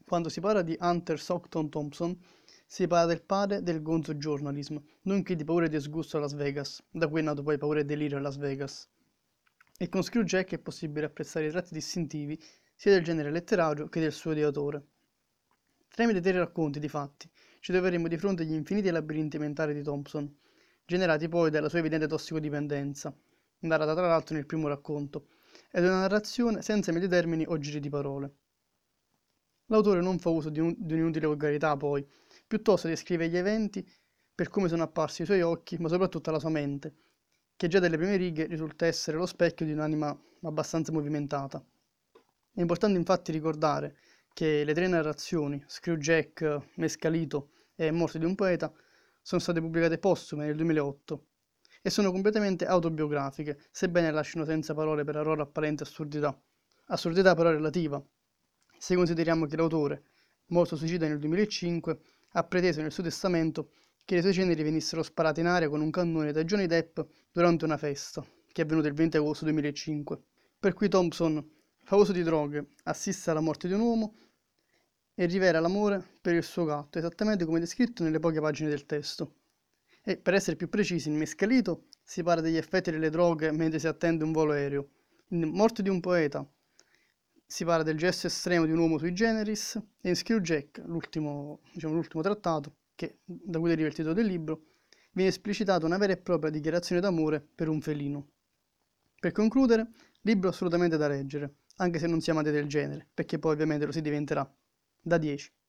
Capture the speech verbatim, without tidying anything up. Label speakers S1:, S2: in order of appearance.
S1: Quando si parla di Hunter Stockton Thompson, si parla del padre del gonzo journalism, nonché di Paura e disgusto a Las Vegas, da cui è nato poi Paura e delirio a Las Vegas. E con Screwjack è possibile apprezzare i tratti distintivi sia del genere letterario che del suo ideatore. Tramite tre racconti, difatti, ci troveremo di fronte agli infiniti labirinti mentali di Thompson, generati poi dalla sua evidente tossicodipendenza, narrata tra l'altro nel primo racconto, ed una narrazione senza medi termini o giri di parole. L'autore non fa uso di, un, di un'inutile volgarità, poi, piuttosto descrive gli eventi per come sono apparsi ai suoi occhi, ma soprattutto alla sua mente, che già dalle prime righe risulta essere lo specchio di un'anima abbastanza movimentata. È importante infatti ricordare che le tre narrazioni, Screwjack, Mescalito e Morte di un poeta, sono state pubblicate postume nel duemilaotto e sono completamente autobiografiche, sebbene lasciano senza parole per la loro apparente assurdità. Assurdità però relativa, se consideriamo che l'autore, morto suicida nel duemilacinque, ha preteso nel suo testamento che le sue ceneri venissero sparate in aria con un cannone da Johnny Depp durante una festa, che è avvenuta il venti agosto duemilacinque. Per cui Thompson fa uso di droghe, assiste alla morte di un uomo e rivela l'amore per il suo gatto, esattamente come descritto nelle poche pagine del testo. E per essere più precisi, in Mescalito si parla degli effetti delle droghe mentre si attende un volo aereo. In Morte di un poeta si parla del gesto estremo di un uomo sui generis, e in Screwjack, l'ultimo, diciamo, l'ultimo trattato, che, da cui deriva il titolo del libro, viene esplicitata una vera e propria dichiarazione d'amore per un felino. Per concludere, libro assolutamente da leggere, anche se non si amate del genere, perché poi ovviamente lo si diventerà. Da dieci.